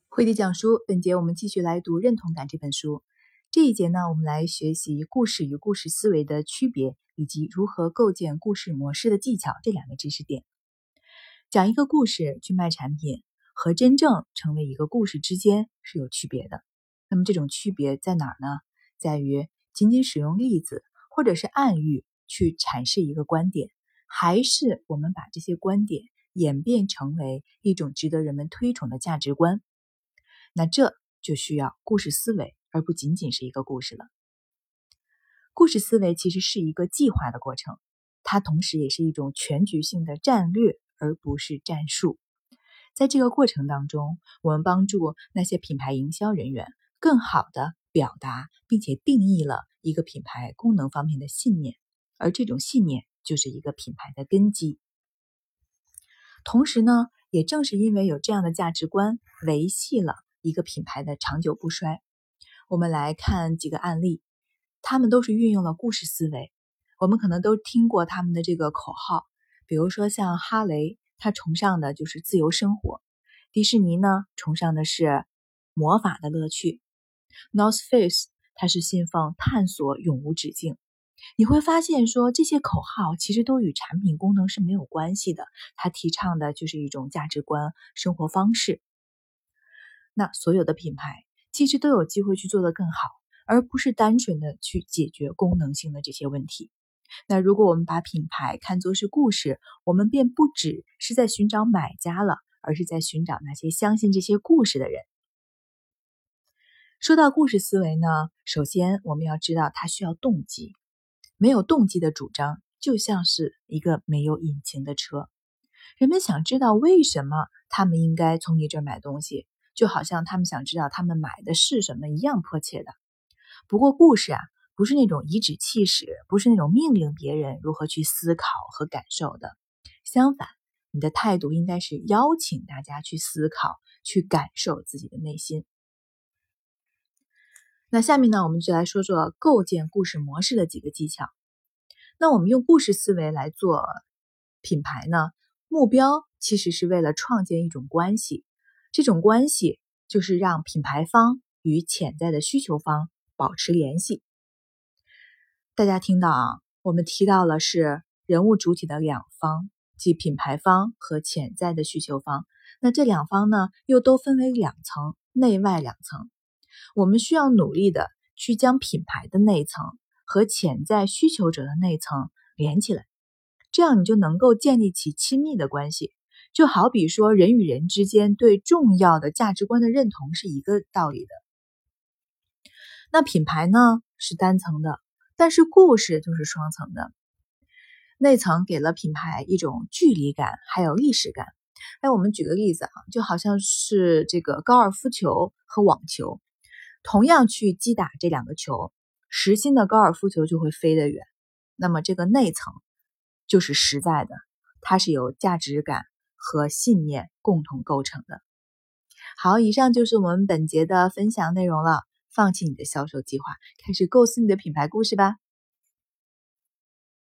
慧地讲书，本节我们继续来读《认同感》这本书。这一节呢，我们来学习故事与故事思维的区别，以及如何构建故事模式的技巧这两个知识点。讲一个故事去卖产品，和真正成为一个故事之间是有区别的。那么这种区别在哪儿呢？在于仅仅使用例子或者是暗喻去阐释一个观点，还是我们把这些观点演变成为一种值得人们推崇的价值观。那这就需要故事思维，而不仅仅是一个故事了。故事思维其实是一个计划的过程，它同时也是一种全局性的战略，而不是战术。在这个过程当中，我们帮助那些品牌营销人员更好地表达并且定义了一个品牌功能方面的信念，而这种信念就是一个品牌的根基。同时呢，也正是因为有这样的价值观，维系了一个品牌的长久不衰。我们来看几个案例，他们都是运用了故事思维。我们可能都听过他们的这个口号，比如说像哈雷，他崇尚的就是自由生活；迪士尼呢，崇尚的是魔法的乐趣； North Face 他是信奉探索永无止境。你会发现说这些口号其实都与产品功能是没有关系的，它提倡的就是一种价值观、生活方式。那所有的品牌其实都有机会去做得更好，而不是单纯的去解决功能性的这些问题。那如果我们把品牌看作是故事，我们便不只是在寻找买家了，而是在寻找那些相信这些故事的人。说到故事思维呢，首先我们要知道它需要动机。没有动机的主张就像是一个没有引擎的车，人们想知道为什么他们应该从你这儿买东西，就好像他们想知道他们买的是什么一样迫切的。不过故事不是那种颐指气使，不是那种命令别人如何去思考和感受的。相反，你的态度应该是邀请大家去思考，去感受自己的内心。那下面呢，我们就来说说构建故事模式的几个技巧。那我们用故事思维来做品牌呢，目标其实是为了创建一种关系，这种关系就是让品牌方与潜在的需求方保持联系。大家听到我们提到了是人物主体的两方，即品牌方和潜在的需求方。那这两方呢，又都分为两层，内外两层。我们需要努力的去将品牌的内层和潜在需求者的内层连起来，这样你就能够建立起亲密的关系。就好比说人与人之间对重要的价值观的认同是一个道理的。那品牌呢是单层的，但是故事就是双层的。内层给了品牌一种距离感，还有历史感。我们举个例子就好像是这个高尔夫球和网球，同样去击打这两个球，实心的高尔夫球就会飞得远。那么这个内层就是实在的，它是由价值感和信念共同构成的。好，以上就是我们本节的分享内容了。放弃你的销售计划，开始构思你的品牌故事吧。